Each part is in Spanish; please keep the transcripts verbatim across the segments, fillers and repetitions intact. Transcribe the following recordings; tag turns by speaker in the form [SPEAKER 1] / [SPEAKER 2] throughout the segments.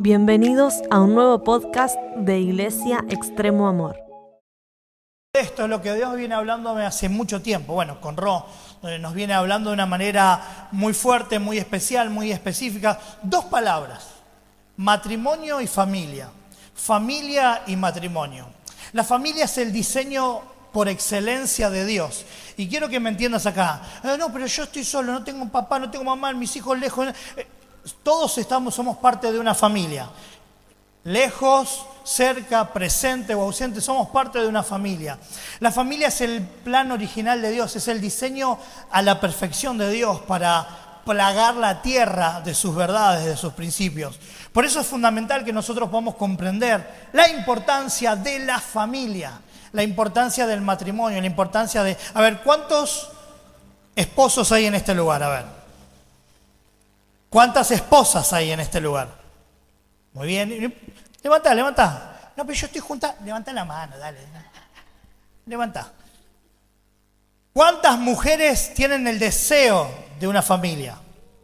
[SPEAKER 1] Bienvenidos a un nuevo podcast de Iglesia Extremo Amor.
[SPEAKER 2] Esto es lo que Dios viene hablándome hace mucho tiempo, bueno, con Ro, donde nos viene hablando de una manera muy fuerte, muy especial, muy específica. Dos palabras, matrimonio y familia. Familia y matrimonio. La familia es el diseño por excelencia de Dios. Y quiero que me entiendas acá. Eh, no, pero yo estoy solo, no tengo un papá, no tengo mamá, mis hijos lejos. Eh, todos estamos, somos parte de una familia. Lejos, cerca, presente o ausente, somos parte de una familia. La familia es el plan original de Dios, es el diseño a la perfección de Dios para plagar la tierra de sus verdades, de sus principios. Por eso es fundamental que nosotros podamos comprender la importancia de la familia, la importancia del matrimonio, la importancia de... A ver, ¿cuántos esposos hay en este lugar? A ver. ¿Cuántas esposas hay en este lugar? Muy bien. Levanta, levanta. No, pero yo estoy junta. Levanta la mano, dale. Levanta. ¿Cuántas mujeres tienen el deseo de una familia?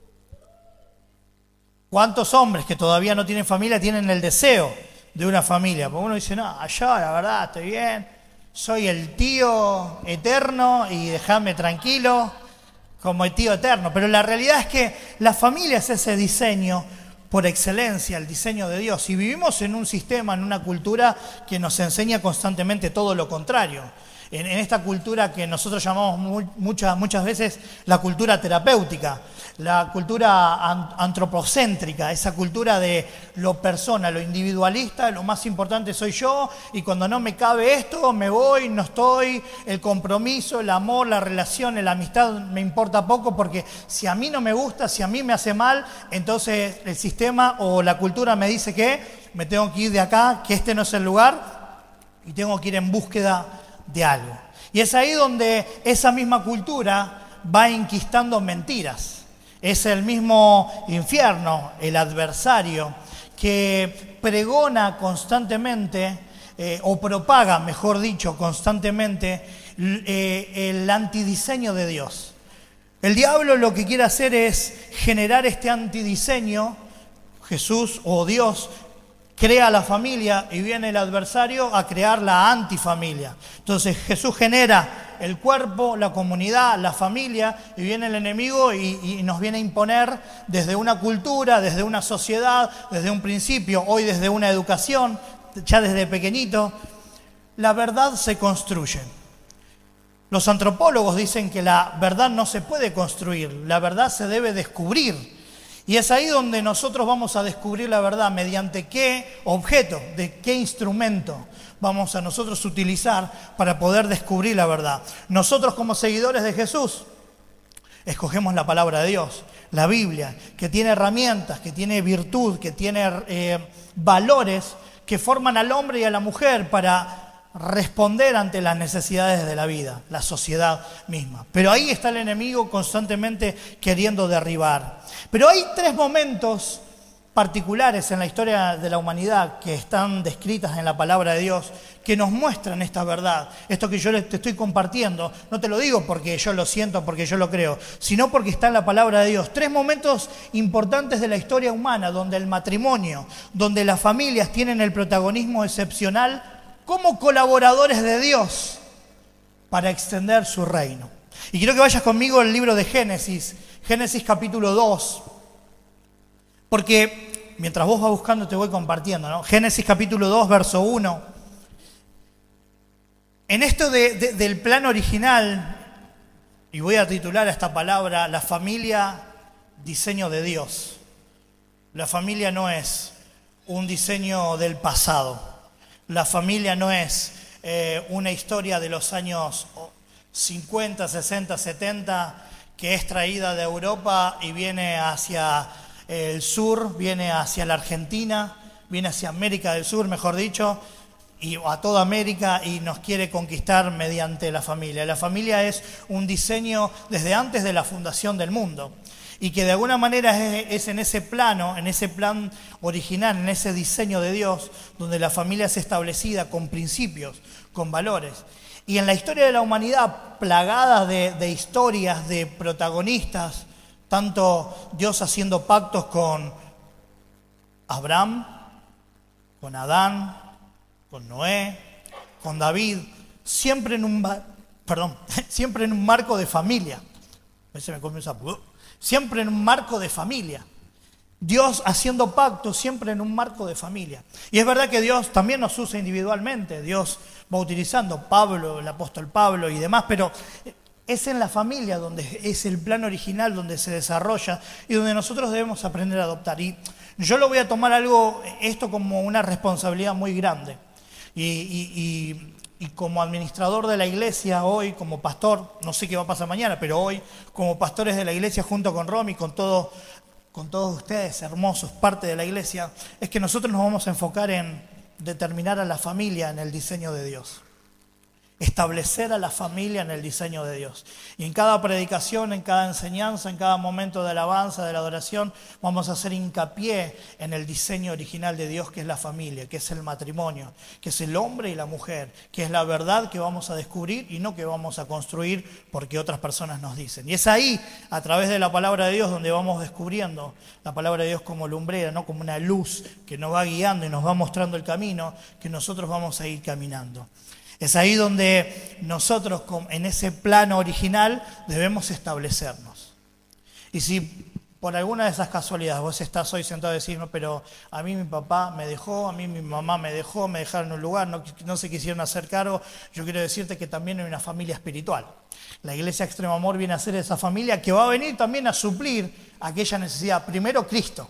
[SPEAKER 2] ¿Cuántos hombres que todavía no tienen familia tienen el deseo de una familia? Porque uno dice, no, yo la verdad estoy bien, soy el tío eterno y déjame tranquilo como el tío eterno. Pero la realidad es que la familia es ese diseño por excelencia, el diseño de Dios. Y vivimos en un sistema, en una cultura que nos enseña constantemente todo lo contrario. En, en esta cultura que nosotros llamamos muy, muchas, muchas veces la cultura terapéutica, la cultura an, antropocéntrica, esa cultura de lo personal, lo individualista, lo más importante soy yo, y cuando no me cabe esto, me voy, no estoy, el compromiso, el amor, la relación, la amistad me importa poco, porque si a mí no me gusta, si a mí me hace mal, entonces el sistema o la cultura me dice que me tengo que ir de acá, que este no es el lugar, y tengo que ir en búsqueda de algo. Y es ahí donde esa misma cultura va inquistando mentiras. Es el mismo infierno, el adversario, que pregona constantemente, eh, o propaga, mejor dicho, constantemente, eh, el antidiseño de Dios. El diablo lo que quiere hacer es generar este antidiseño. Jesús o Dios crea la familia y viene el adversario a crear la antifamilia. Entonces Jesús genera el cuerpo, la comunidad, la familia, y viene el enemigo y, y nos viene a imponer desde una cultura, desde una sociedad, desde un principio, hoy desde una educación, ya desde pequeñito. La verdad se construye. Los antropólogos dicen que la verdad no se puede construir, la verdad se debe descubrir. Y es ahí donde nosotros vamos a descubrir la verdad, mediante qué objeto, de qué instrumento vamos a nosotros utilizar para poder descubrir la verdad. Nosotros como seguidores de Jesús escogemos la palabra de Dios, la Biblia, que tiene herramientas, que tiene virtud, que tiene eh, valores que forman al hombre y a la mujer para responder ante las necesidades de la vida, la sociedad misma. Pero ahí está el enemigo constantemente queriendo derribar. Pero hay tres momentos particulares en la historia de la humanidad que están descritas en la palabra de Dios, que nos muestran esta verdad. Esto que yo te estoy compartiendo, no te lo digo porque yo lo siento, porque yo lo creo, sino porque está en la palabra de Dios. Tres momentos importantes de la historia humana, donde el matrimonio, donde las familias tienen el protagonismo excepcional como colaboradores de Dios para extender su reino. Y quiero que vayas conmigo al libro de Génesis, Génesis capítulo dos, porque mientras vos vas buscando te voy compartiendo, ¿no? Génesis capítulo dos, verso uno. En esto de, de, del plan original, y voy a titular a esta palabra, la familia, diseño de Dios. La familia no es un diseño del pasado. La familia no es eh, una historia de los años cincuenta, sesenta, setenta que es traída de Europa y viene hacia el sur, viene hacia la Argentina, viene hacia América del Sur, mejor dicho, y a toda América, y nos quiere conquistar mediante la familia. La familia es un diseño desde antes de la fundación del mundo. Y que de alguna manera es, es en ese plano, en ese plan original, en ese diseño de Dios, donde la familia es establecida con principios, con valores. Y en la historia de la humanidad, plagada de, de historias, de protagonistas, tanto Dios haciendo pactos con Abraham, con Adán, con Noé, con David, siempre en un, perdón, siempre en un marco de familia. A veces me comienza, siempre en un marco de familia. Dios haciendo pactos siempre en un marco de familia. Y es verdad que Dios también nos usa individualmente. Dios va utilizando Pablo, el apóstol Pablo y demás, pero es en la familia donde es el plan original, donde se desarrolla y donde nosotros debemos aprender a adoptar. Y yo lo voy a tomar algo, esto como una responsabilidad muy grande. Y, y, y, y como administrador de la iglesia hoy, como pastor, no sé qué va a pasar mañana, pero hoy como pastores de la iglesia junto con Romy, con todo... con todos ustedes, hermosos, parte de la iglesia, es que nosotros nos vamos a enfocar en determinar a la familia en el diseño de Dios. Establecer a la familia en el diseño de Dios. Y en cada predicación, en cada enseñanza, en cada momento de alabanza, de la adoración, vamos a hacer hincapié en el diseño original de Dios, que es la familia, que es el matrimonio, que es el hombre y la mujer, que es la verdad que vamos a descubrir y no que vamos a construir porque otras personas nos dicen. Y es ahí, a través de la palabra de Dios, donde vamos descubriendo la palabra de Dios como lumbrera, ¿no? Como una luz que nos va guiando y nos va mostrando el camino que nosotros vamos a ir caminando. Es ahí donde nosotros, en ese plano original, debemos establecernos. Y si por alguna de esas casualidades vos estás hoy sentado a decir, no, pero a mí mi papá me dejó, a mí mi mamá me dejó, me dejaron en un lugar, no, no se quisieron hacer cargo, yo quiero decirte que también hay una familia espiritual. La Iglesia Extremo Amor viene a ser esa familia que va a venir también a suplir aquella necesidad. Primero Cristo.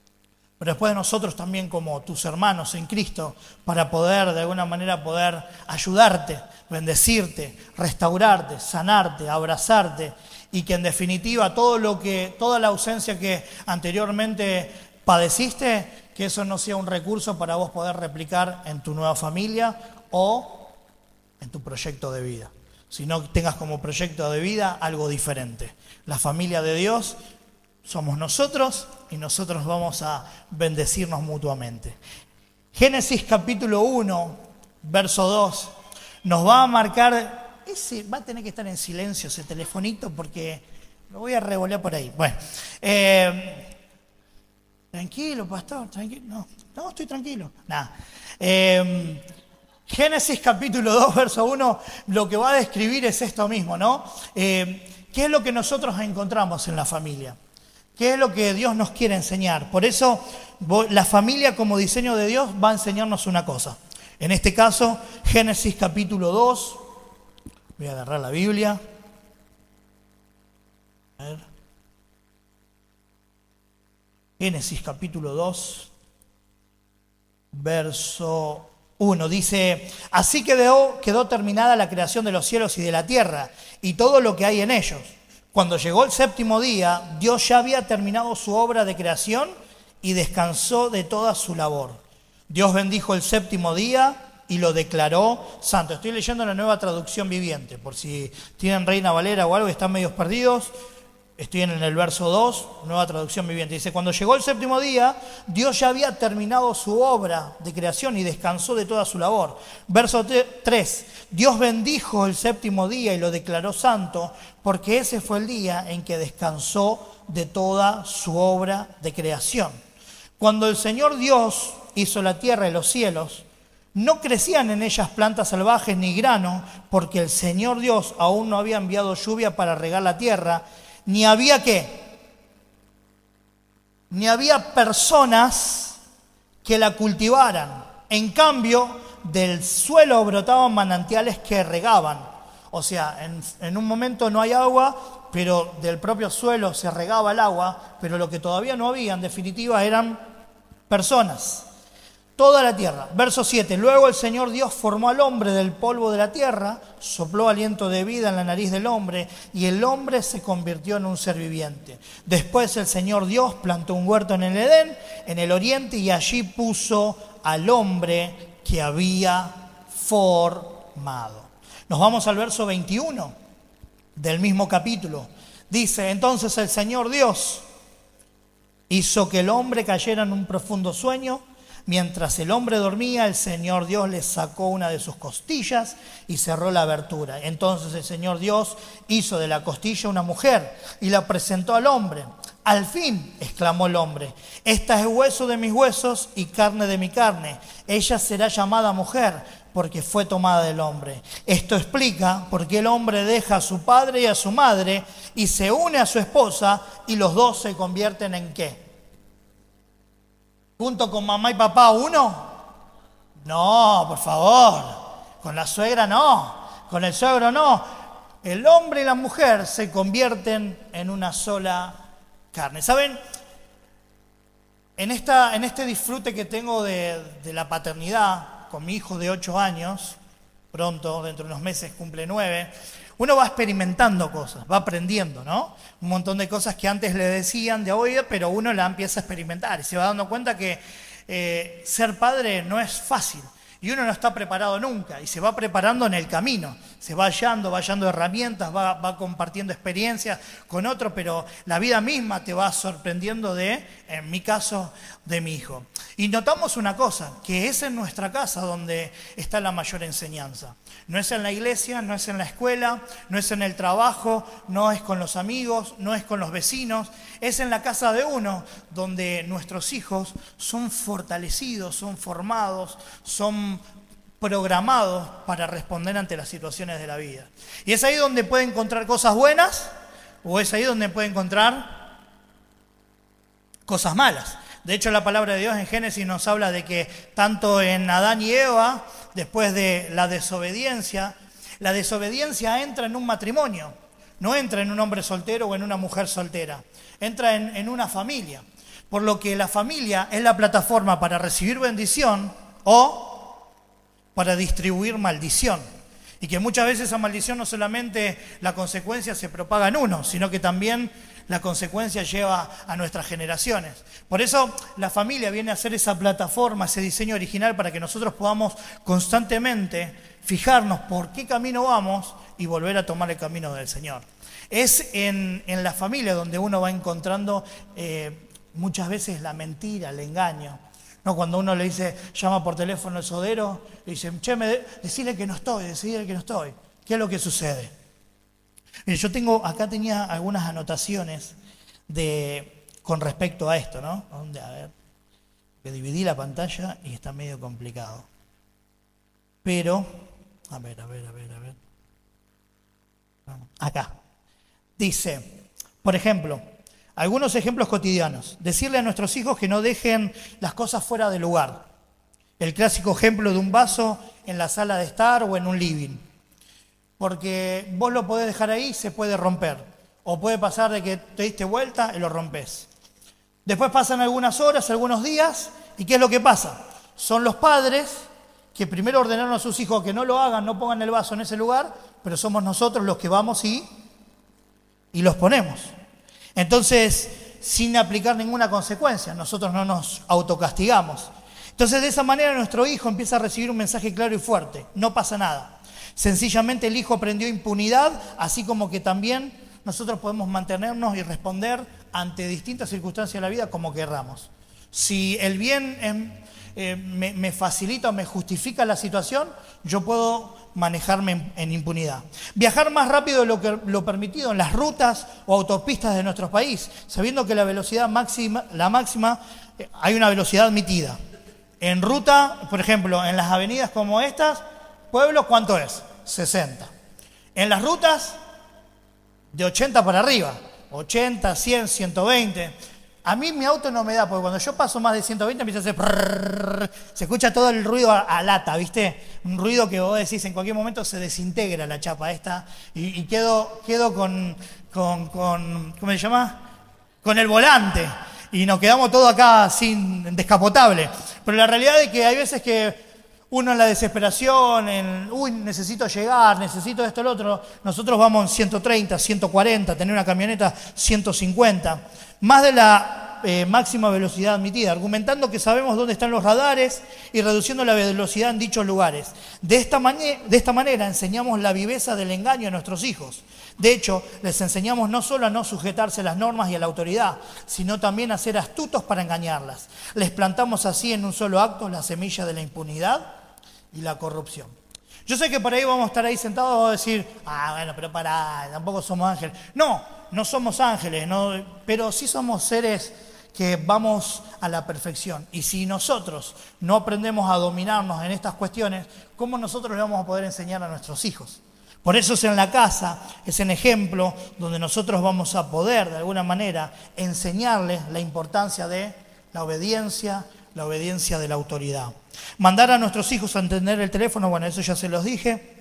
[SPEAKER 2] Pero después de nosotros también como tus hermanos en Cristo, para poder, de alguna manera, poder ayudarte, bendecirte, restaurarte, sanarte, abrazarte, y que en definitiva todo lo que, toda la ausencia que anteriormente padeciste, que eso no sea un recurso para vos poder replicar en tu nueva familia o en tu proyecto de vida. Sino que tengas como proyecto de vida algo diferente. La familia de Dios somos nosotros y nosotros vamos a bendecirnos mutuamente. Génesis capítulo uno, verso dos, nos va a marcar, ese va a tener que estar en silencio ese telefonito porque lo voy a revolear por ahí. Bueno, eh, tranquilo, pastor, tranquilo. No, no, estoy tranquilo. Nada. Eh, Génesis capítulo dos, verso uno, lo que va a describir es esto mismo, ¿no? Eh, ¿Qué es lo que nosotros encontramos en la familia? ¿Qué es lo que Dios nos quiere enseñar? Por eso la familia como diseño de Dios va a enseñarnos una cosa. En este caso, Génesis capítulo dos. Voy a agarrar la Biblia. A ver. Génesis capítulo dos, verso uno. Dice, así quedó, quedó terminada la creación de los cielos y de la tierra y todo lo que hay en ellos. Cuando llegó el séptimo día, Dios ya había terminado su obra de creación y descansó de toda su labor. Dios bendijo el séptimo día y lo declaró santo. Estoy leyendo la Nueva Traducción Viviente, por si tienen Reina Valera o algo y están medios perdidos. Estoy en el verso dos, Nueva Traducción Viviente. Dice, cuando llegó el séptimo día, Dios ya había terminado su obra de creación y descansó de toda su labor. Verso tres, Dios bendijo el séptimo día y lo declaró santo, porque ese fue el día en que descansó de toda su obra de creación. Cuando el Señor Dios hizo la tierra y los cielos, no crecían en ellas plantas salvajes ni grano, porque el Señor Dios aún no había enviado lluvia para regar la tierra, ni había qué, ni había personas que la cultivaran. En cambio, del suelo brotaban manantiales que regaban. O sea, en, en un momento no hay agua, pero del propio suelo se regaba el agua, pero lo que todavía no había, en definitiva, eran personas. Toda la tierra. Verso siete. Luego el Señor Dios formó al hombre del polvo de la tierra, sopló aliento de vida en la nariz del hombre y el hombre se convirtió en un ser viviente. Después el Señor Dios plantó un huerto en el Edén, en el oriente, y allí puso al hombre que había formado. Nos vamos al verso veintiuno del mismo capítulo. Dice, entonces el Señor Dios hizo que el hombre cayera en un profundo sueño. Mientras el hombre dormía, el Señor Dios le sacó una de sus costillas y cerró la abertura. Entonces el Señor Dios hizo de la costilla una mujer y la presentó al hombre. Al fin, exclamó el hombre, esta es hueso de mis huesos y carne de mi carne. Ella será llamada mujer porque fue tomada del hombre. Esto explica por qué el hombre deja a su padre y a su madre y se une a su esposa y los dos se convierten en ¿qué? ¿Junto con mamá y papá uno? No, por favor. Con la suegra no. Con el suegro no. El hombre y la mujer se convierten en una sola carne. ¿Saben? En, esta, en este disfrute que tengo de, de la paternidad con mi hijo de ocho años, pronto, dentro de unos meses cumple nueve, uno va experimentando cosas, va aprendiendo, ¿no? Un montón de cosas que antes le decían de oído, pero uno la empieza a experimentar y se va dando cuenta que eh, ser padre no es fácil. Y uno no está preparado nunca y se va preparando en el camino. Se va hallando, va hallando herramientas, va, va compartiendo experiencias con otros, pero la vida misma te va sorprendiendo de, en mi caso, de mi hijo. Y notamos una cosa, que es en nuestra casa donde está la mayor enseñanza. No es en la iglesia, no es en la escuela, no es en el trabajo, no es con los amigos, no es con los vecinos. Es en la casa de uno donde nuestros hijos son fortalecidos, son formados, son programados para responder ante las situaciones de la vida. Y es ahí donde puede encontrar cosas buenas o es ahí donde puede encontrar cosas malas. De hecho, la palabra de Dios en Génesis nos habla de que tanto en Adán y Eva, después de la desobediencia, la desobediencia entra en un matrimonio, no entra en un hombre soltero o en una mujer soltera, entra en, en una familia. Por lo que la familia es la plataforma para recibir bendición o para distribuir maldición. Y que muchas veces esa maldición no solamente la consecuencia se propaga en uno, sino que también la consecuencia lleva a nuestras generaciones. Por eso la familia viene a ser esa plataforma, ese diseño original para que nosotros podamos constantemente fijarnos por qué camino vamos y volver a tomar el camino del Señor. Es en, en la familia donde uno va encontrando eh, muchas veces la mentira, el engaño. No, cuando uno le dice, llama por teléfono al sodero, le dice, che, me de, decile que no estoy, decile que no estoy. ¿Qué es lo que sucede? Mire, yo tengo, acá tenía algunas anotaciones de, con respecto a esto, ¿no? ¿Dónde? A ver, que dividí la pantalla y está medio complicado. Pero, a ver, a ver, a ver, a ver. Acá. Dice, por ejemplo, algunos ejemplos cotidianos. Decirle a nuestros hijos que no dejen las cosas fuera de lugar. El clásico ejemplo de un vaso en la sala de estar o en un living. Porque vos lo podés dejar ahí y se puede romper. O puede pasar de que te diste vuelta y lo rompes. Después pasan algunas horas, algunos días, ¿y qué es lo que pasa? Son los padres que primero ordenaron a sus hijos que no lo hagan, no pongan el vaso en ese lugar, pero somos nosotros los que vamos y, y los ponemos. Entonces, sin aplicar ninguna consecuencia, nosotros no nos autocastigamos. Entonces, de esa manera nuestro hijo empieza a recibir un mensaje claro y fuerte. No pasa nada. Sencillamente el hijo aprendió impunidad, así como que también nosotros podemos mantenernos y responder ante distintas circunstancias de la vida como querramos. Si el bien eh, eh, me, me facilita o me justifica la situación, yo puedo manejarme en, en impunidad. Viajar más rápido de lo, que, lo permitido en las rutas o autopistas de nuestro país, sabiendo que la velocidad máxima, la máxima, eh, hay una velocidad admitida. En ruta, por ejemplo, en las avenidas como estas, pueblos, ¿cuánto es? sesenta. En las rutas, de ochenta para arriba. ochenta, cien, ciento veinte. A mí mi auto no me da, porque cuando yo paso más de ciento veinte empieza a hacer prrrr, se escucha todo el ruido a, a lata, ¿viste? Un ruido que vos decís en cualquier momento se desintegra la chapa esta y, y quedo, quedo con, con, con, ¿cómo se llama? Con el volante. Y nos quedamos todos acá sin descapotable. Pero la realidad es que hay veces que uno en la desesperación, en, uy, necesito llegar, necesito esto, lo otro, nosotros vamos en ciento treinta, ciento cuarenta, tener una camioneta ciento cincuenta, más de la eh, máxima velocidad admitida, argumentando que sabemos dónde están los radares y reduciendo la velocidad en dichos lugares. De esta, de esta manera enseñamos la viveza del engaño a nuestros hijos. De hecho, les enseñamos no solo a no sujetarse a las normas y a la autoridad, sino también a ser astutos para engañarlas. Les plantamos así en un solo acto la semilla de la impunidad y la corrupción. Yo sé que por ahí vamos a estar ahí sentados y vamos a decir, ah, bueno, pero pará, tampoco somos ángeles. No, no somos ángeles, no, pero sí somos seres que vamos a la perfección. Y si nosotros no aprendemos a dominarnos en estas cuestiones, ¿cómo nosotros le vamos a poder enseñar a nuestros hijos? Por eso es en la casa, es en ejemplo donde nosotros vamos a poder, de alguna manera, enseñarles la importancia de la obediencia, la obediencia de la autoridad. Mandar a nuestros hijos a entender el teléfono, bueno, eso ya se los dije.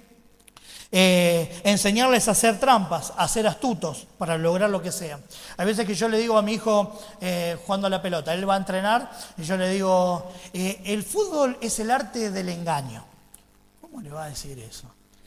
[SPEAKER 2] Eh, enseñarles a hacer trampas, a ser astutos para lograr lo que sea. Hay veces que yo le digo a mi hijo eh, jugando a la pelota, él va a entrenar y yo le digo, eh, el fútbol es el arte del engaño. ¿Cómo le va a decir eso?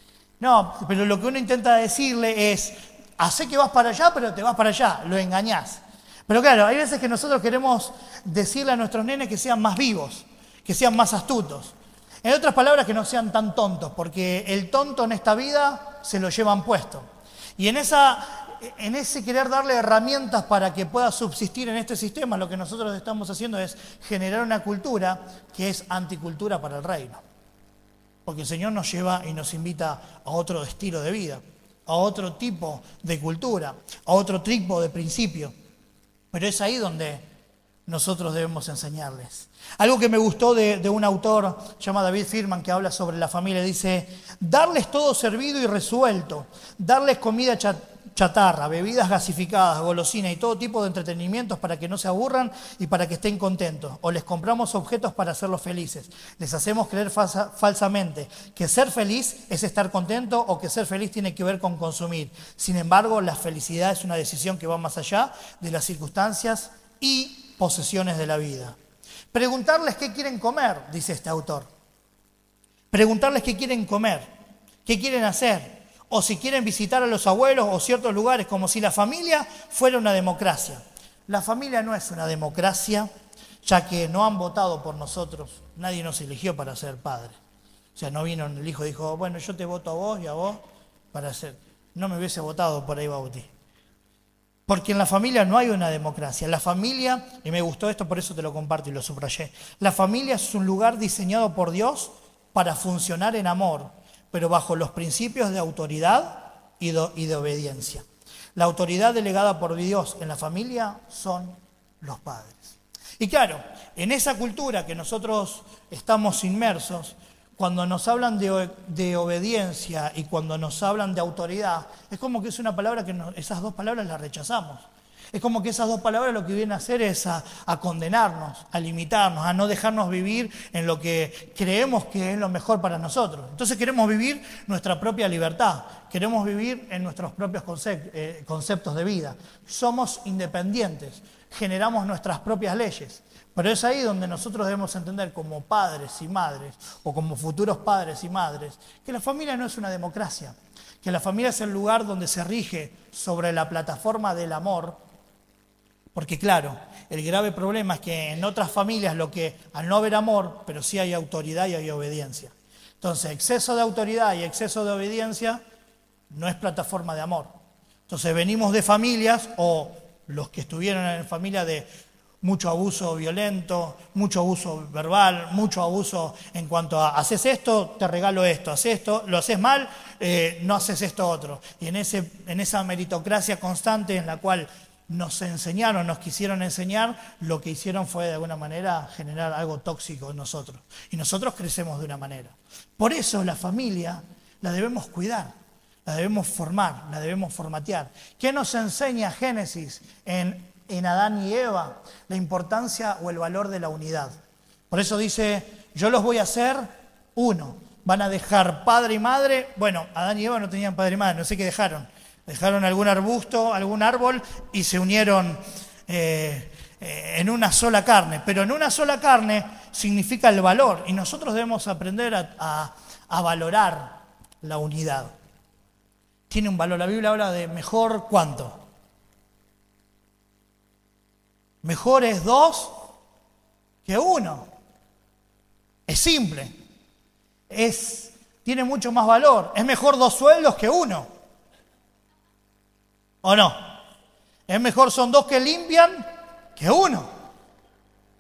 [SPEAKER 2] No, pero lo que uno intenta decirle es, hacé que vas para allá, pero te vas para allá, lo engañás. Pero claro, hay veces que nosotros queremos decirle a nuestros nenes que sean más vivos, que sean más astutos. En otras palabras, que no sean tan tontos, porque el tonto en esta vida se lo llevan puesto. Y en, esa, en ese querer darle herramientas para que pueda subsistir en este sistema, lo que nosotros estamos haciendo es generar una cultura que es anticultura para el reino. Porque el Señor nos lleva y nos invita a otro estilo de vida, a otro tipo de cultura, a otro tipo de principio. Pero es ahí donde nosotros debemos enseñarles. Algo que me gustó de, de un autor, se llama David Firman, que habla sobre la familia, dice, darles todo servido y resuelto, darles comida chatarra, bebidas gasificadas, golosinas y todo tipo de entretenimientos para que no se aburran y para que estén contentos. O les compramos objetos para hacerlos felices. Les hacemos creer falsa, falsamente que ser feliz es estar contento o que ser feliz tiene que ver con consumir. Sin embargo, la felicidad es una decisión que va más allá de las circunstancias y posesiones de la vida. Preguntarles qué quieren comer, dice este autor. Preguntarles qué quieren comer, qué quieren hacer, o si quieren visitar a los abuelos o ciertos lugares, como si la familia fuera una democracia. La familia no es una democracia, ya que no han votado por nosotros. Nadie nos eligió para ser padre. O sea, no vino el hijo y dijo, bueno, yo te voto a vos y a vos para ser. No me hubiese votado por ahí, Bauti. Porque en la familia no hay una democracia. La familia, y me gustó esto, por eso te lo comparto y lo subrayé. La familia es un lugar diseñado por Dios para funcionar en amor, pero bajo los principios de autoridad y de, y de obediencia. La autoridad delegada por Dios en la familia son los padres. Y claro, en esa cultura que nosotros estamos inmersos, cuando nos hablan de, de obediencia y cuando nos hablan de autoridad, es como que es una palabra que no, esas dos palabras las rechazamos. Es como que esas dos palabras lo que vienen a hacer es a, a condenarnos, a limitarnos, a no dejarnos vivir en lo que creemos que es lo mejor para nosotros. Entonces queremos vivir nuestra propia libertad, queremos vivir en nuestros propios concept, eh, conceptos de vida. Somos independientes, generamos nuestras propias leyes. Pero es ahí donde nosotros debemos entender como padres y madres, o como futuros padres y madres, que la familia no es una democracia, que la familia es el lugar donde se rige sobre la plataforma del amor, porque claro, el grave problema es que en otras familias lo que, al no haber amor, pero sí hay autoridad y hay obediencia. Entonces, exceso de autoridad y exceso de obediencia no es plataforma de amor. Entonces, venimos de familias, o los que estuvieron en familia de mucho abuso violento, mucho abuso verbal, mucho abuso en cuanto a haces esto, te regalo esto, haces esto, lo haces mal, eh, no haces esto otro. Y en, ese, en esa meritocracia constante en la cual nos enseñaron, nos quisieron enseñar, lo que hicieron fue de alguna manera generar algo tóxico en nosotros. Y nosotros crecemos de una manera. Por eso la familia la debemos cuidar, la debemos formar, la debemos formatear. ¿Qué nos enseña Génesis en en Adán y Eva? La importancia o el valor de la unidad. Por eso dice, yo los voy a hacer uno. Van a dejar padre y madre. Bueno, Adán y Eva no tenían padre y madre, no sé qué dejaron. Dejaron algún arbusto, algún árbol y se unieron eh, eh, en una sola carne. Pero en una sola carne significa el valor. Y nosotros debemos aprender a, a, a valorar la unidad. Tiene un valor. La Biblia habla de mejor ¿cuánto? Mejor es dos que uno. Es simple. Es, tiene mucho más valor. Es mejor dos sueldos que uno. ¿O no? Es mejor son dos que limpian que uno.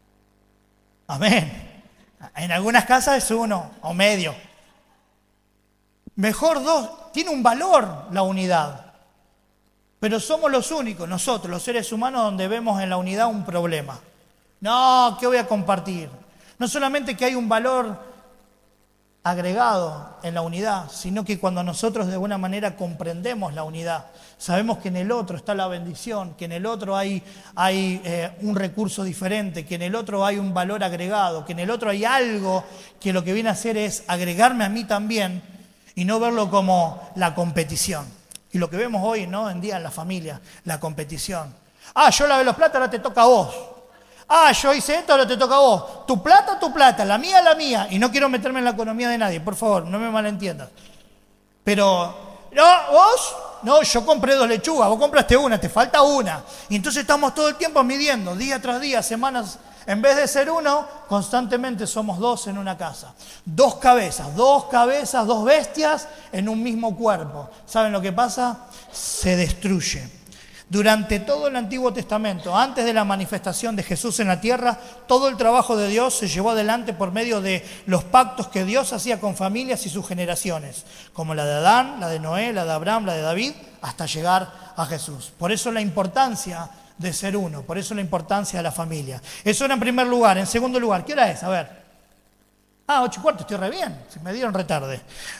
[SPEAKER 2] Amén. En algunas casas es uno o medio. Mejor dos. Tiene un valor la unidad. Pero somos los únicos, nosotros, los seres humanos, donde vemos en la unidad un problema. No, ¿qué voy a compartir? No solamente que hay un valor agregado en la unidad, sino que cuando nosotros de alguna manera comprendemos la unidad, sabemos que en el otro está la bendición, que en el otro hay, hay eh, un recurso diferente, que en el otro hay un valor agregado, que en el otro hay algo que lo que viene a hacer es agregarme a mí también y no verlo como la competición. Y lo que vemos hoy, ¿no?, en día en la familia, la competición. Ah, yo lavé los platos, ahora te toca a vos. Ah, yo hice esto, ahora te toca a vos. Tu plata, tu plata, la mía, la mía. Y no quiero meterme en la economía de nadie, por favor, no me malentiendas. Pero, no, vos, no, yo compré dos lechugas, vos compraste una, te falta una. Y entonces estamos todo el tiempo midiendo, día tras día, semanas. En vez de ser uno, constantemente somos dos en una casa. Dos cabezas, dos cabezas, dos bestias en un mismo cuerpo. ¿Saben lo que pasa? Se destruye. Durante todo el Antiguo Testamento, antes de la manifestación de Jesús en la tierra, todo el trabajo de Dios se llevó adelante por medio de los pactos que Dios hacía con familias y sus generaciones, como la de Adán, la de Noé, la de Abraham, la de David, hasta llegar a Jesús. Por eso la importancia de ser uno, por eso la importancia de la familia. Eso era en primer lugar. En segundo lugar, ¿qué hora es? A ver. Ah, ocho y cuarto, estoy re bien, se me dieron retarde.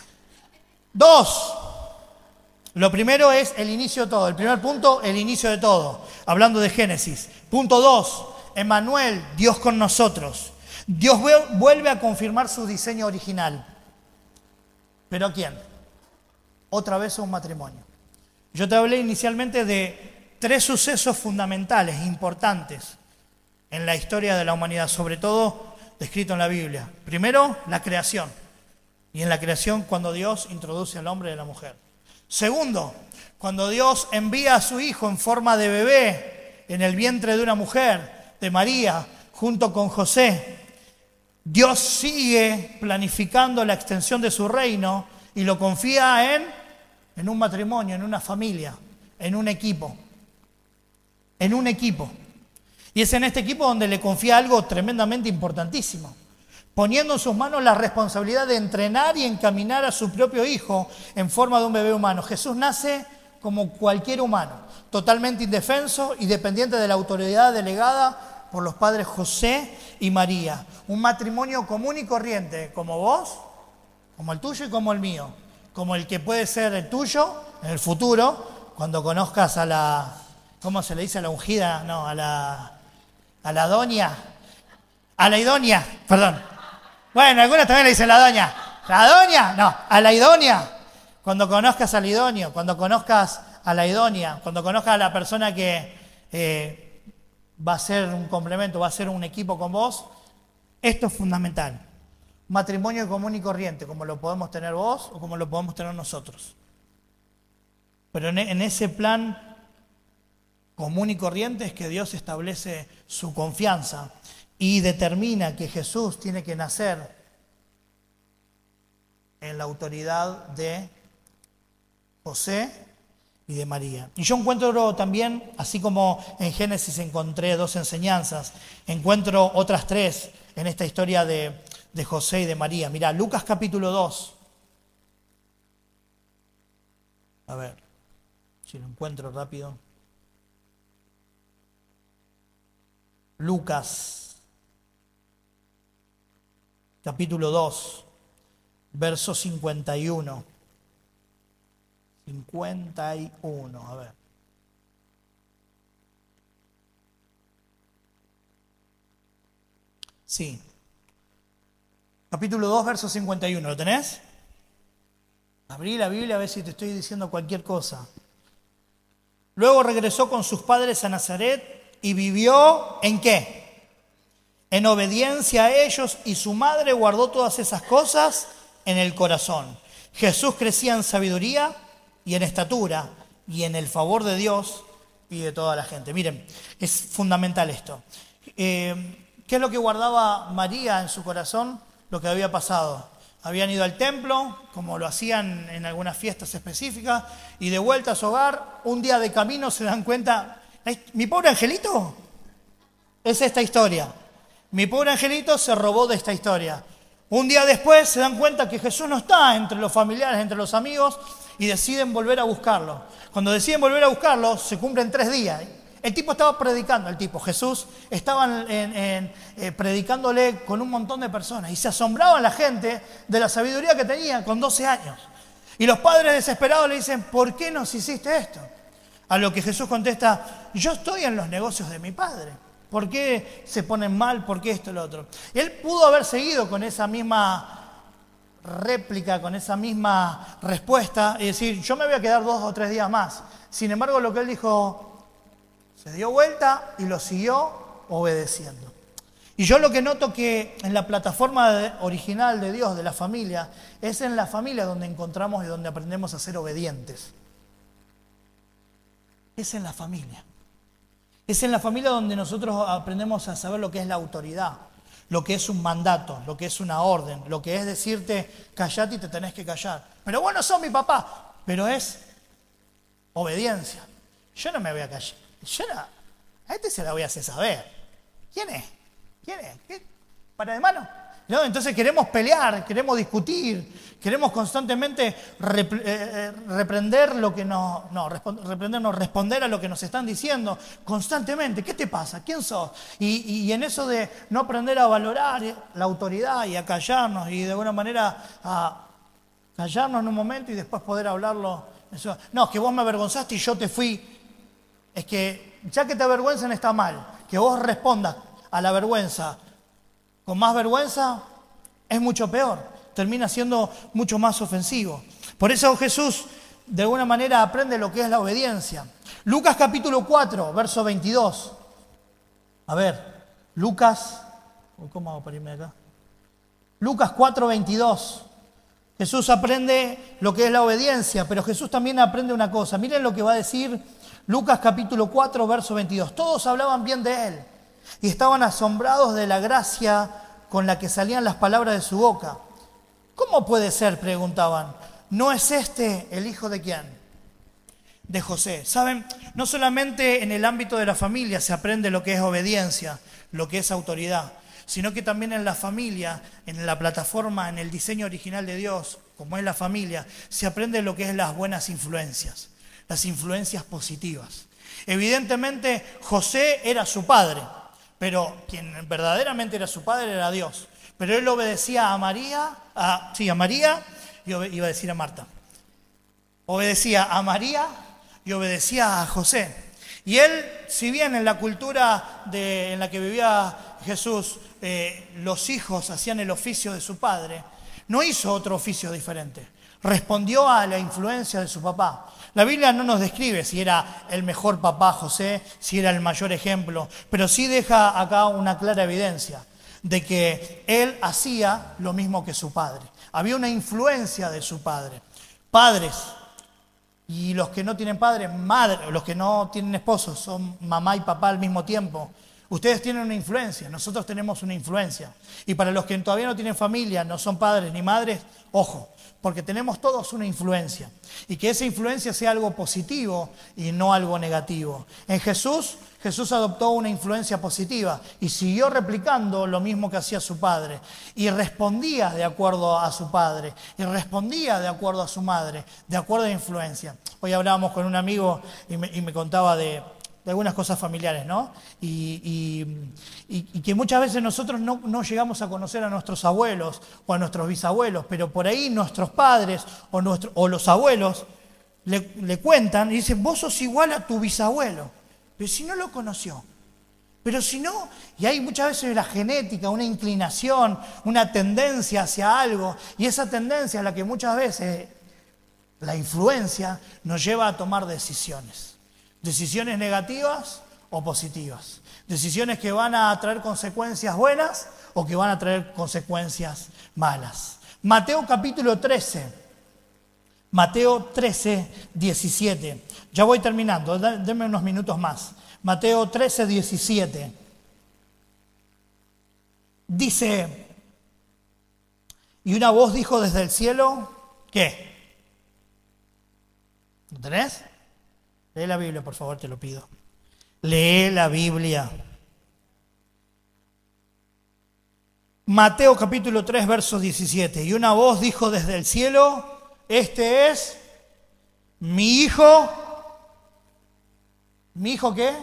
[SPEAKER 2] Dos. Lo primero es el inicio de todo. El primer punto, el inicio de todo. Hablando de Génesis. Punto dos, Emmanuel, Dios con nosotros. Dios vuelve a confirmar su diseño original. ¿Pero a quién? Otra vez a un matrimonio. Yo te hablé inicialmente de tres sucesos fundamentales, importantes, en la historia de la humanidad, sobre todo descrito en la Biblia. Primero, la creación. Y en la creación, cuando Dios introduce al hombre y a la mujer. Segundo, cuando Dios envía a su hijo en forma de bebé en el vientre de una mujer, de María, junto con José. Dios sigue planificando la extensión de su reino y lo confía en, en un matrimonio, en una familia, en un equipo. En un equipo. Y es en este equipo donde le confía algo tremendamente importantísimo. Poniendo en sus manos la responsabilidad de entrenar y encaminar a su propio hijo en forma de un bebé humano. Jesús nace como cualquier humano, totalmente indefenso y dependiente de la autoridad delegada por los padres José y María. Un matrimonio común y corriente, como vos, como el tuyo y como el mío. Como el que puede ser el tuyo en el futuro, cuando conozcas a la, ¿cómo se le dice? A la ungida, no, a la, a la doña, a la idónea, perdón. Bueno, algunas también le dicen la doña. ¿La doña? No, a la idónea. Cuando conozcas al idóneo, cuando conozcas a la idónea, cuando conozcas a la persona que eh, va a ser un complemento, va a ser un equipo con vos, esto es fundamental. Matrimonio común y corriente, como lo podemos tener vos o como lo podemos tener nosotros. Pero en, en ese plan común y corriente es que Dios establece su confianza y determina que Jesús tiene que nacer en la autoridad de José y de María. Y yo encuentro también, así como en Génesis encontré dos enseñanzas, encuentro otras tres en esta historia de, de José y de María. Mirá, Lucas capítulo dos. A ver, si lo encuentro rápido. Lucas capítulo dos, verso cincuenta y uno. cincuenta y uno, a ver. Sí. Capítulo dos, verso cincuenta y uno, ¿lo tenés? Abrí la Biblia a ver si te estoy diciendo cualquier cosa. Luego regresó con sus padres a Nazaret y vivió ¿en qué? En obediencia a ellos, y su madre guardó todas esas cosas en el corazón. Jesús crecía en sabiduría y en estatura y en el favor de Dios y de toda la gente. Miren, es fundamental esto. Eh, ¿Qué es lo que guardaba María en su corazón? Lo que había pasado. Habían ido al templo, como lo hacían en algunas fiestas específicas, y de vuelta a su hogar, un día de camino se dan cuenta, mi pobre angelito, es esta historia. Mi pobre angelito se robó de esta historia. Un día después se dan cuenta que Jesús no está entre los familiares, entre los amigos, y deciden volver a buscarlo. Cuando deciden volver a buscarlo, se cumplen tres días. El tipo estaba predicando, el tipo, Jesús, estaba en, en, eh, predicándole con un montón de personas y se asombraban la gente de la sabiduría que tenía con doce años. Y los padres desesperados le dicen, ¿por qué nos hiciste esto? A lo que Jesús contesta, yo estoy en los negocios de mi padre. ¿Por qué se ponen mal? ¿Por qué esto y lo otro? Y él pudo haber seguido con esa misma réplica, con esa misma respuesta y decir, yo me voy a quedar dos o tres días más. Sin embargo, lo que él dijo, se dio vuelta y lo siguió obedeciendo. Y yo lo que noto que en la plataforma de, original de Dios, de la familia, es en la familia donde encontramos y donde aprendemos a ser obedientes. Es en la familia. Es en la familia donde nosotros aprendemos a saber lo que es la autoridad, lo que es un mandato, lo que es una orden, lo que es decirte, callate y te tenés que callar. Pero bueno, sos mi papá, pero es obediencia. Yo no me voy a callar. Yo no, a este se la voy a hacer saber. ¿Quién es? ¿Quién es? ¿Qué? ¿Para de mano? ¿No? Entonces queremos pelear, queremos discutir, queremos constantemente rep, eh, reprender lo que nos, no, reprendernos, responder a lo que nos están diciendo constantemente. ¿Qué te pasa? ¿Quién sos? Y, y en eso de no aprender a valorar la autoridad y a callarnos y de alguna manera a callarnos en un momento y después poder hablarlo. Eso. No, es que vos me avergonzaste y yo te fui. Es que ya que te avergüenzan está mal. Que vos respondas a la vergüenza con más vergüenza es mucho peor. Termina siendo mucho más ofensivo. Por eso Jesús de alguna manera aprende lo que es la obediencia. Lucas capítulo cuatro, verso veintidós. A ver, Lucas... ¿Cómo hago para irme acá? Lucas cuatro, veintidós. Jesús aprende lo que es la obediencia, pero Jesús también aprende una cosa. Miren lo que va a decir Lucas capítulo cuatro, verso veintidós. Todos hablaban bien de él y estaban asombrados de la gracia con la que salían las palabras de su boca. ¿Cómo puede ser?, preguntaban. ¿No es este el hijo de quién? De José. ¿Saben? No solamente en el ámbito de la familia se aprende lo que es obediencia, lo que es autoridad, sino que también en la familia, en la plataforma, en el diseño original de Dios, como es la familia, se aprende lo que es las buenas influencias, las influencias positivas. Evidentemente, José era su padre, pero quien verdaderamente era su padre era Dios. Pero él obedecía a María, a, sí, a María, y iba a decir a Marta. Obedecía a María y obedecía a José. Y él, si bien en la cultura de, en la que vivía Jesús, eh, los hijos hacían el oficio de su padre, no hizo otro oficio diferente. Respondió a la influencia de su papá. La Biblia no nos describe si era el mejor papá José, si era el mayor ejemplo, pero sí deja acá una clara evidencia de que él hacía lo mismo que su padre. Había una influencia de su padre. Padres, y los que no tienen padres, madres, los que no tienen esposos, son mamá y papá al mismo tiempo. Ustedes tienen una influencia, nosotros tenemos una influencia. Y para los que todavía no tienen familia, no son padres ni madres, ojo, porque tenemos todos una influencia. Y que esa influencia sea algo positivo y no algo negativo. En Jesús, Jesús adoptó una influencia positiva y siguió replicando lo mismo que hacía su padre. Y respondía de acuerdo a su padre. Y respondía de acuerdo a su madre, de acuerdo a la influencia. Hoy hablábamos con un amigo y me, y me contaba de... de algunas cosas familiares, ¿no? Y, y, y, y que muchas veces nosotros no, no llegamos a conocer a nuestros abuelos o a nuestros bisabuelos, pero por ahí nuestros padres o, nuestro, o los abuelos le, le cuentan y dicen, vos sos igual a tu bisabuelo, pero si no lo conoció, pero si no, y hay muchas veces la genética, una inclinación, una tendencia hacia algo, y esa tendencia es la que muchas veces, la influencia, nos lleva a tomar decisiones. Decisiones negativas o positivas. Decisiones que van a traer consecuencias buenas o que van a traer consecuencias malas. Mateo capítulo trece. Mateo trece, diecisiete. Ya voy terminando, denme unos minutos más. Mateo trece, diecisiete. Dice, y una voz dijo desde el cielo, ¿qué? ¿Lo tenés? Lee la Biblia, por favor, te lo pido. Lee la Biblia. Mateo capítulo tres, verso diecisiete. Y una voz dijo desde el cielo, este es mi hijo. ¿Mi hijo qué?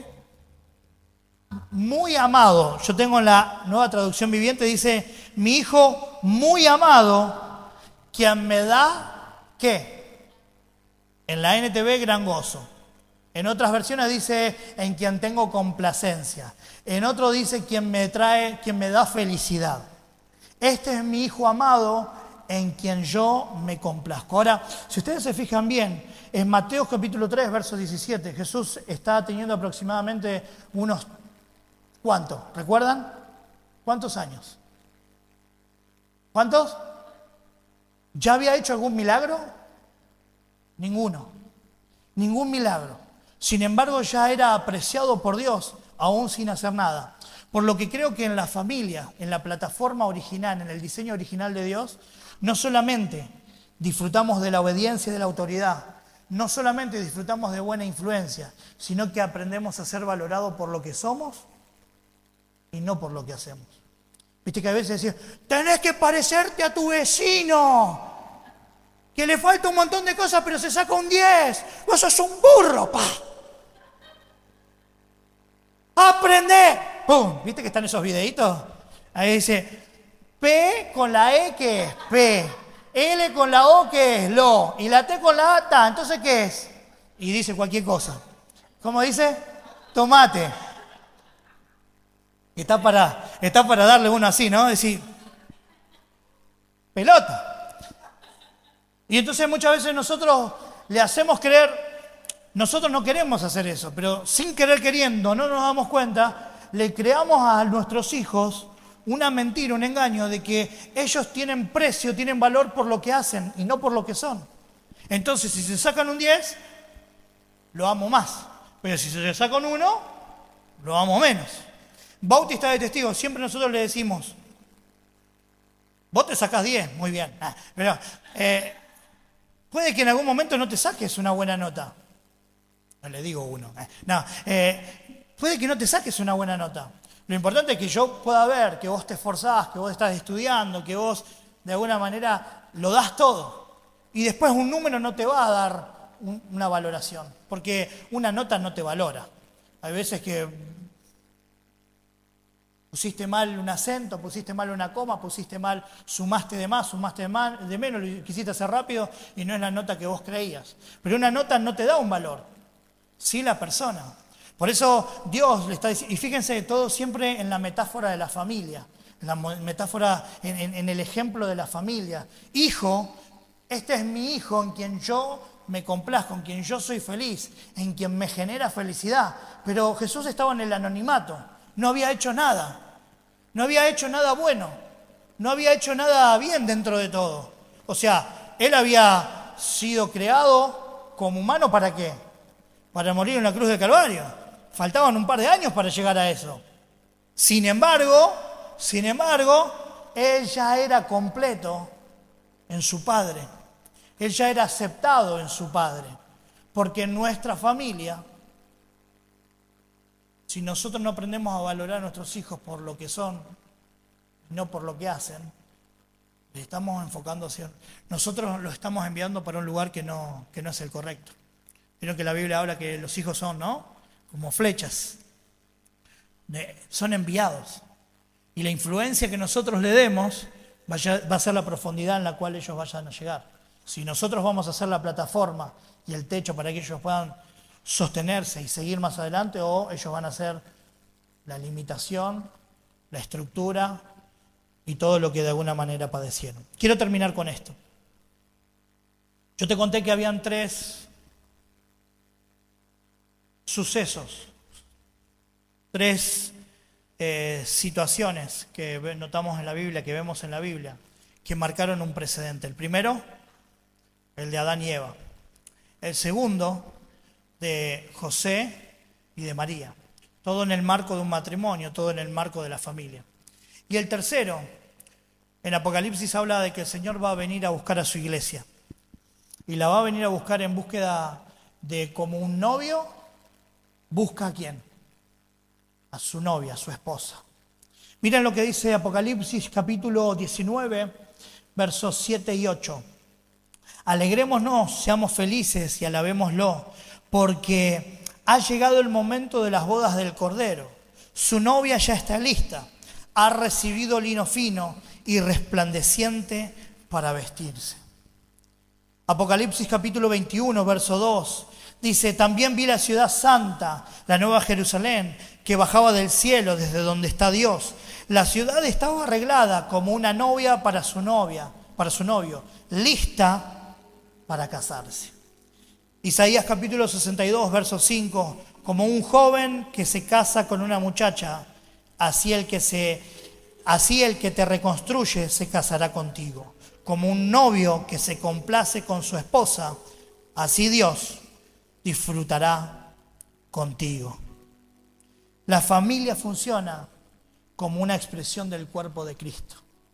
[SPEAKER 2] Muy amado. Yo tengo en la Nueva Traducción Viviente, dice, mi hijo muy amado, quien me da, ¿qué? En la N T V, gran gozo. En otras versiones dice, en quien tengo complacencia. En otro dice, quien me trae, quien me da felicidad. Este es mi hijo amado, en quien yo me complazco. Ahora, si ustedes se fijan bien, en Mateo capítulo tres, verso diecisiete, Jesús está teniendo aproximadamente unos, ¿cuántos? ¿Recuerdan? ¿Cuántos años? ¿Cuántos? ¿Ya había hecho algún milagro? Ninguno. Ningún milagro. Sin embargo, ya era apreciado por Dios, aún sin hacer nada. Por lo que creo que en la familia, en la plataforma original, en el diseño original de Dios, no solamente disfrutamos de la obediencia y de la autoridad, no solamente disfrutamos de buena influencia, sino que aprendemos a ser valorados por lo que somos y no por lo que hacemos. Viste que a veces decís, tenés que parecerte a tu vecino, que le falta un montón de cosas pero se saca un diez, vos sos un burro, pa. Aprende. ¡Pum! ¿Viste que están esos videitos? Ahí dice, P con la E, ¿qué es? P. L con la O, ¿qué es? Lo. Y la T con la A, ta. Entonces, ¿qué es? Y dice cualquier cosa. ¿Cómo dice? Tomate. Está para, está para darle uno así, ¿no? Decir, pelota. Y entonces muchas veces nosotros le hacemos creer, nosotros no queremos hacer eso, pero sin querer queriendo, no nos damos cuenta, le creamos a nuestros hijos una mentira, un engaño de que ellos tienen precio, tienen valor por lo que hacen y no por lo que son. Entonces, si se sacan un diez, lo amo más. Pero si se sacan un uno, lo amo menos. Bauti está de testigo. Siempre nosotros le decimos, vos te sacás diez, muy bien. Ah, pero eh, puede que en algún momento no te saques una buena nota. No le digo uno. Eh, no, eh, puede que no te saques una buena nota. Lo importante es que yo pueda ver que vos te esforzás, que vos estás estudiando, que vos de alguna manera lo das todo. Y después un número no te va a dar un, una valoración, porque una nota no te valora. Hay veces que pusiste mal un acento, pusiste mal una coma, pusiste mal, sumaste de más, sumaste de, mal, de menos, lo quisiste hacer rápido y no es la nota que vos creías. Pero una nota no te da un valor, sí la persona. Por eso Dios le está diciendo, y fíjense todo siempre en la metáfora de la familia, en la metáfora, en, en, en el ejemplo de la familia. Hijo, este es mi hijo en quien yo me complazco, en quien yo soy feliz, en quien me genera felicidad. Pero Jesús estaba en el anonimato, no había hecho nada, no había hecho nada bueno, no había hecho nada bien dentro de todo. O sea, él había sido creado como humano, ¿para qué? Para morir en la cruz del Calvario. Faltaban un par de años para llegar a eso. Sin embargo, sin embargo, él ya era completo en su Padre. Él ya era aceptado en su Padre. Porque en nuestra familia, si nosotros no aprendemos a valorar a nuestros hijos por lo que son, no por lo que hacen, le estamos enfocando hacia... Nosotros los estamos enviando para un lugar que no, que no es el correcto. Vieron que la Biblia habla que los hijos son, ¿no? Como flechas. De, son enviados. Y la influencia que nosotros le demos vaya, va a ser la profundidad en la cual ellos vayan a llegar. Si nosotros vamos a hacer la plataforma y el techo para que ellos puedan sostenerse y seguir más adelante, o ellos van a hacer la limitación, la estructura y todo lo que de alguna manera padecieron. Quiero terminar con esto. Yo te conté que habían tres sucesos, tres eh, situaciones que notamos en la Biblia, que vemos en la Biblia, que marcaron un precedente. El primero, el de Adán y Eva. El segundo, de José y de María. Todo en el marco de un matrimonio, todo en el marco de la familia. Y el tercero, en Apocalipsis habla de que el Señor va a venir a buscar a su iglesia. Y la va a venir a buscar en búsqueda de, como un novio, busca a quién, a su novia, a su esposa. Miren lo que dice Apocalipsis capítulo diecinueve, versos siete y ocho. Alegrémonos, seamos felices y alabémoslo, porque ha llegado el momento de las bodas del Cordero. Su novia ya está lista, ha recibido lino fino y resplandeciente para vestirse. Apocalipsis capítulo veintiuno, verso dos, dice: también vi la ciudad santa, la nueva Jerusalén, que bajaba del cielo desde donde está Dios. La ciudad estaba arreglada como una novia para su novia, para su novio, lista para casarse. Isaías capítulo sesenta y dos, verso cinco, como un joven que se casa con una muchacha, así el que se, así el que te reconstruye se casará contigo. Como un novio que se complace con su esposa, así Dios disfrutará contigo. La familia funciona como una expresión del cuerpo de Cristo.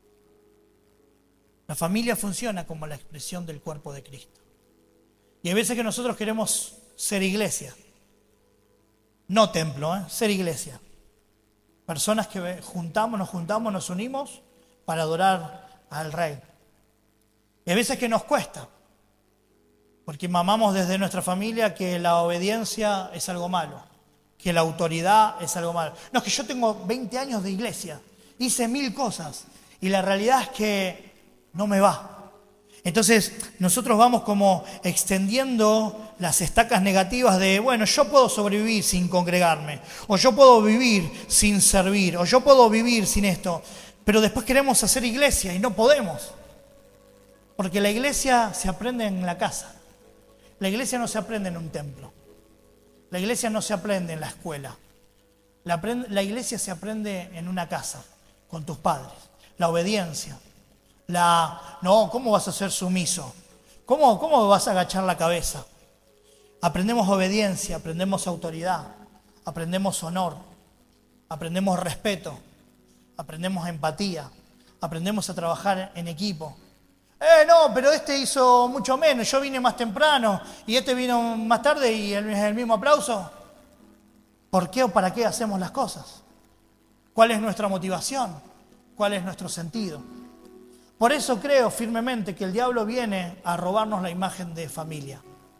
[SPEAKER 2] La familia funciona como la expresión del cuerpo de Cristo. Y hay veces que nosotros queremos ser iglesia. No templo, ¿eh? Ser iglesia. Personas que juntamos, nos juntamos, nos unimos para adorar al Rey. Y hay veces que nos cuesta, porque mamamos desde nuestra familia que la obediencia es algo malo, que la autoridad es algo malo. No, es que yo tengo veinte años de iglesia, hice mil cosas, y la realidad es que no me va. Entonces nosotros vamos como extendiendo las estacas negativas de, bueno, yo puedo sobrevivir sin congregarme, o yo puedo vivir sin servir, o yo puedo vivir sin esto, pero después queremos hacer iglesia y no podemos. Porque la iglesia se aprende en la casa. La iglesia no se aprende en un templo. La iglesia no se aprende en la escuela. La, la iglesia se aprende en una casa, con tus padres. La obediencia. La, no, ¿cómo vas a ser sumiso? ¿Cómo, cómo vas a agachar la cabeza? Aprendemos obediencia, aprendemos autoridad, aprendemos honor, aprendemos respeto, aprendemos empatía, aprendemos a trabajar en equipo. Eh, no, pero este hizo mucho menos, yo vine más temprano y este vino más tarde y el, el mismo aplauso. ¿Por qué o para qué hacemos las cosas? ¿Cuál es nuestra motivación? ¿Cuál es nuestro sentido? Por eso creo firmemente que el diablo viene a robarnos la imagen de familia.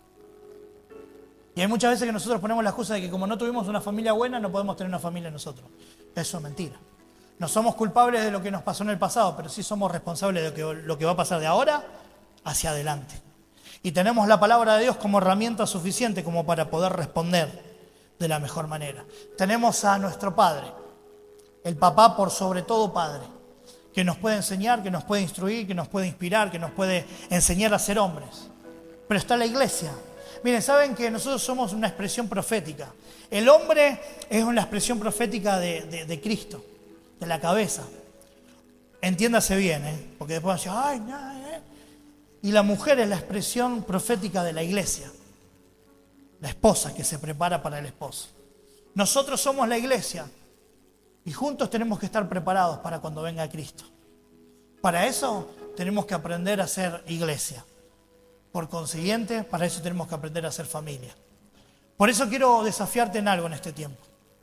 [SPEAKER 2] Y hay muchas veces que nosotros ponemos la excusa de que como no tuvimos una familia buena, no podemos tener una familia nosotros. Eso es mentira. No somos culpables de lo que nos pasó en el pasado, pero sí somos responsables de lo que, lo que va a pasar de ahora hacia adelante. Y tenemos la palabra de Dios como herramienta suficiente como para poder responder de la mejor manera. Tenemos a nuestro Padre, el papá por sobre todo Padre, que nos puede enseñar, que nos puede instruir, que nos puede inspirar, que nos puede enseñar a ser hombres. Pero está la iglesia. Miren, saben que nosotros somos una expresión profética. El hombre es una expresión profética de, de, de Cristo. De la cabeza. Entiéndase bien, ¿eh? Porque después van a decir, ay, no, ¿eh? Y la mujer es la expresión profética de la iglesia. La esposa que se prepara para el esposo. Nosotros somos la iglesia y juntos tenemos que estar preparados para cuando venga Cristo. Para eso tenemos que aprender a ser iglesia. Por consiguiente, para eso tenemos que aprender a ser familia. Por eso quiero desafiarte en algo en este tiempo.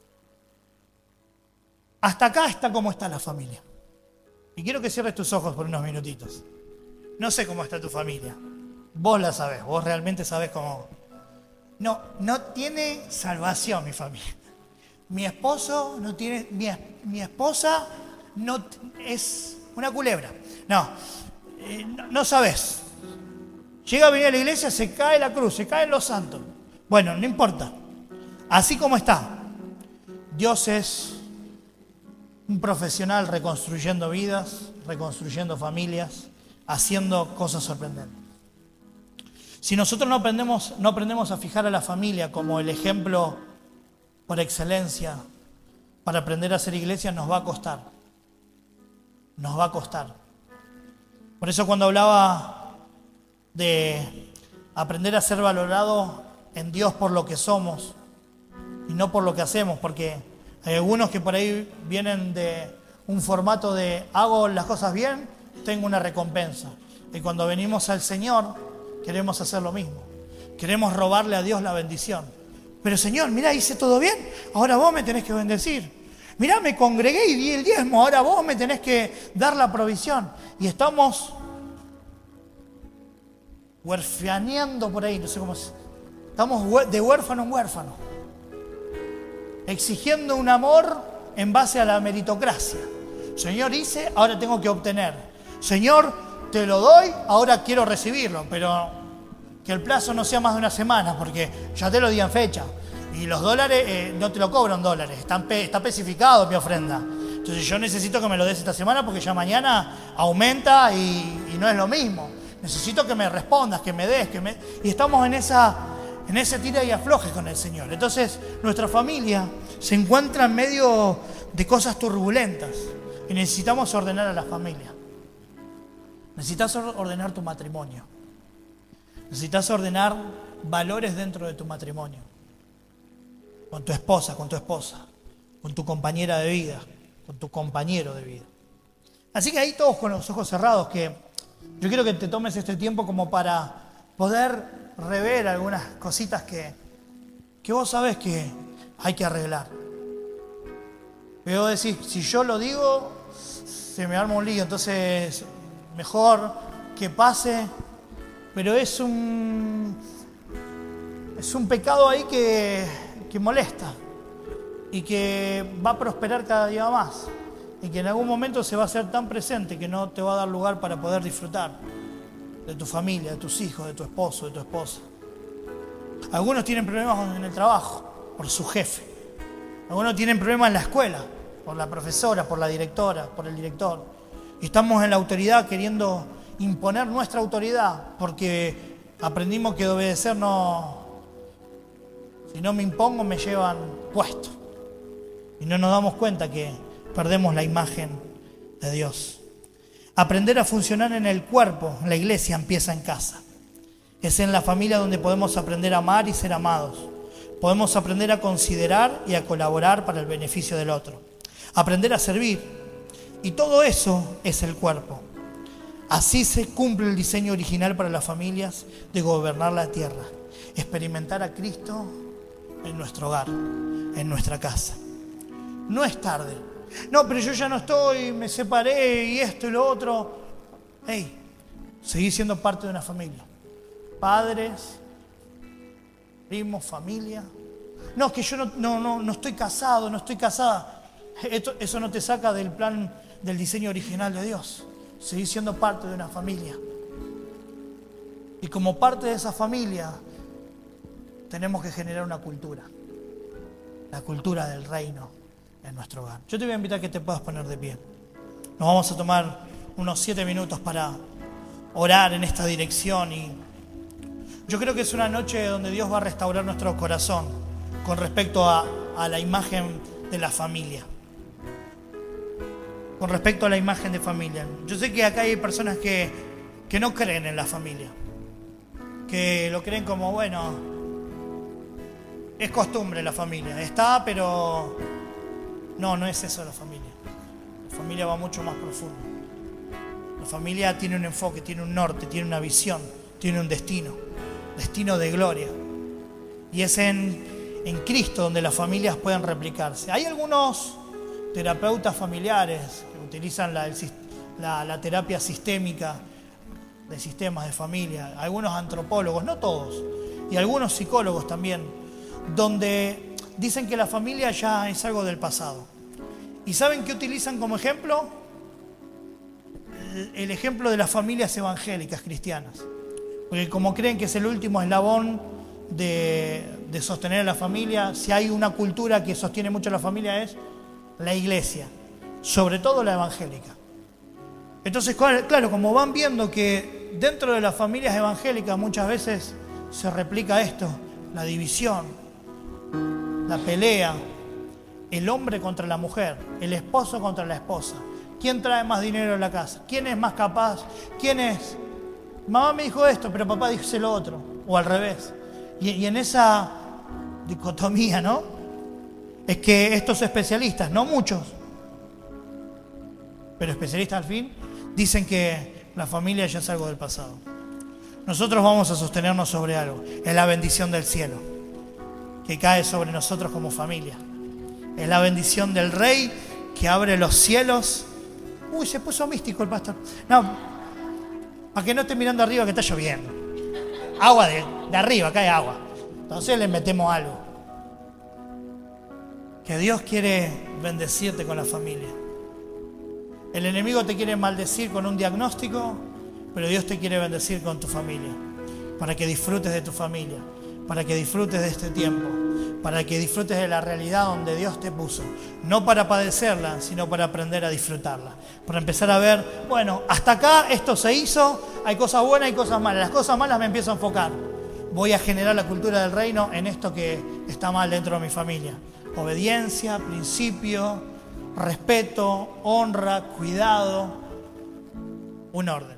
[SPEAKER 2] Hasta acá está como está la familia. Y quiero que cierres tus ojos por unos minutitos. No sé cómo está tu familia. Vos la sabés, vos realmente sabés cómo. No, no tiene salvación mi familia. Mi esposo no tiene, mi, mi esposa no es una culebra. No, eh, no, no sabés. Llega a venir a la iglesia, se cae la cruz, se caen los santos. Bueno, no importa. Así como está. Dios es un profesional reconstruyendo vidas, reconstruyendo familias, haciendo cosas sorprendentes. Si nosotros no aprendemos, no aprendemos a fijar a la familia como el ejemplo por excelencia para aprender a ser iglesia, nos va a costar. Nos va a costar. Por eso cuando hablaba de aprender a ser valorado en Dios por lo que somos y no por lo que hacemos, porque hay algunos que por ahí vienen de un formato de hago las cosas bien, tengo una recompensa. Y cuando venimos al Señor, queremos hacer lo mismo. Queremos robarle a Dios la bendición. Pero Señor, mira, hice todo bien, ahora vos me tenés que bendecir. Mirá, me congregué y di el diezmo, ahora vos me tenés que dar la provisión. Y estamos huerfaneando por ahí, no sé cómo se... Estamos de huérfano en huérfano, exigiendo un amor en base a la meritocracia. Señor, hice, ahora tengo que obtener. Señor, te lo doy, ahora quiero recibirlo, pero que el plazo no sea más de una semana, porque ya te lo di en fecha. Y los dólares eh, no te lo cobran dólares, están pe- está especificado mi ofrenda. Entonces yo necesito que me lo des esta semana porque ya mañana aumenta y, y no es lo mismo. Necesito que me respondas, que me des, que me... Y estamos en esa, en ese tira y afloje con el Señor. Entonces nuestra familia se encuentra en medio de cosas turbulentas y necesitamos ordenar a la familia. Necesitas ordenar tu matrimonio. Necesitas ordenar valores dentro de tu matrimonio. Con tu esposa, con tu esposa, con tu compañera de vida, con tu compañero de vida. Así que ahí todos con los ojos cerrados, que yo quiero que te tomes este tiempo como para poder rever algunas cositas que, que vos sabés que hay que arreglar. Pero vos decís, si yo lo digo, se me arma un lío, entonces mejor que pase. Pero es un, es un pecado ahí que, que molesta y que va a prosperar cada día más y que en algún momento se va a hacer tan presente que no te va a dar lugar para poder disfrutar de tu familia, de tus hijos, de tu esposo, de tu esposa. Algunos tienen problemas en el trabajo por su jefe. Algunos tienen problemas en la escuela por la profesora, por la directora, por el director. Y estamos en la autoridad queriendo imponer nuestra autoridad porque aprendimos que de obedecer no... Si no me impongo me llevan puesto. Y no nos damos cuenta que perdemos la imagen de Dios. Aprender a funcionar en el cuerpo, en la iglesia, empieza en casa. Es en la familia donde podemos aprender a amar y ser amados. Podemos aprender a considerar y a colaborar para el beneficio del otro. Aprender a servir. Y todo eso es el cuerpo. Así se cumple el diseño original para las familias de gobernar la tierra. Experimentar a Cristo en nuestro hogar, en nuestra casa. No es tarde. No, pero yo ya no estoy, me separé y esto y lo otro. Hey, seguí siendo parte de una familia. Padres, primos, familia. No, es que yo no, no, no, no estoy casado, no estoy casada. Esto, eso no te saca del plan, del diseño original de Dios. Seguí siendo parte de una familia. Y como parte de esa familia, tenemos que generar una cultura. La cultura del reino en nuestro hogar. Yo te voy a invitar a que te puedas poner de pie. Nos vamos a tomar unos siete minutos para orar en esta dirección y yo creo que es una noche donde Dios va a restaurar nuestro corazón con respecto a, a la imagen de la familia. Con respecto a la imagen de familia. Yo sé que acá hay personas que, que no creen en la familia. Que lo creen como, bueno, es costumbre la familia. Está, pero no, no es eso la familia. La familia va mucho más profundo. La familia tiene un enfoque, tiene un norte, tiene una visión, tiene un destino. Destino de gloria. Y es en, en Cristo donde las familias pueden replicarse. Hay algunos terapeutas familiares que utilizan la, el, la, la terapia sistémica de sistemas de familia, algunos antropólogos, no todos, y algunos psicólogos también, donde dicen que la familia ya es algo del pasado. ¿Y saben qué utilizan como ejemplo? El, el ejemplo de las familias evangélicas cristianas. Porque como creen que es el último eslabón de, de sostener a la familia, si hay una cultura que sostiene mucho a la familia es la iglesia, sobre todo la evangélica. Entonces, claro, como van viendo que dentro de las familias evangélicas muchas veces se replica esto, la división, la pelea, el hombre contra la mujer, el esposo contra la esposa. ¿Quién trae más dinero a la casa? ¿Quién es más capaz? ¿Quién es? Mamá me dijo esto, pero papá dice lo otro. O al revés. Y, y en esa dicotomía, ¿no? Es que estos especialistas, no muchos, pero especialistas al fin, dicen que la familia ya es algo del pasado. Nosotros vamos a sostenernos sobre algo. Es la bendición del cielo que cae sobre nosotros como familia. Es la bendición del Rey que abre los cielos. Uy, se puso místico el pastor. No, para que no esté mirando arriba que está lloviendo. Agua de, de arriba, cae agua. Entonces le metemos algo. Que Dios quiere bendecirte con la familia. El enemigo te quiere maldecir con un diagnóstico, pero Dios te quiere bendecir con tu familia. Para que disfrutes de tu familia. Para que disfrutes de este tiempo. Para que disfrutes de la realidad donde Dios te puso. No para padecerla, sino para aprender a disfrutarla. Para empezar a ver, bueno, hasta acá esto se hizo, hay cosas buenas y cosas malas. Las cosas malas me empiezo a enfocar. Voy a generar la cultura del reino en esto que está mal dentro de mi familia. Obediencia, principio, respeto, honra, cuidado, un orden.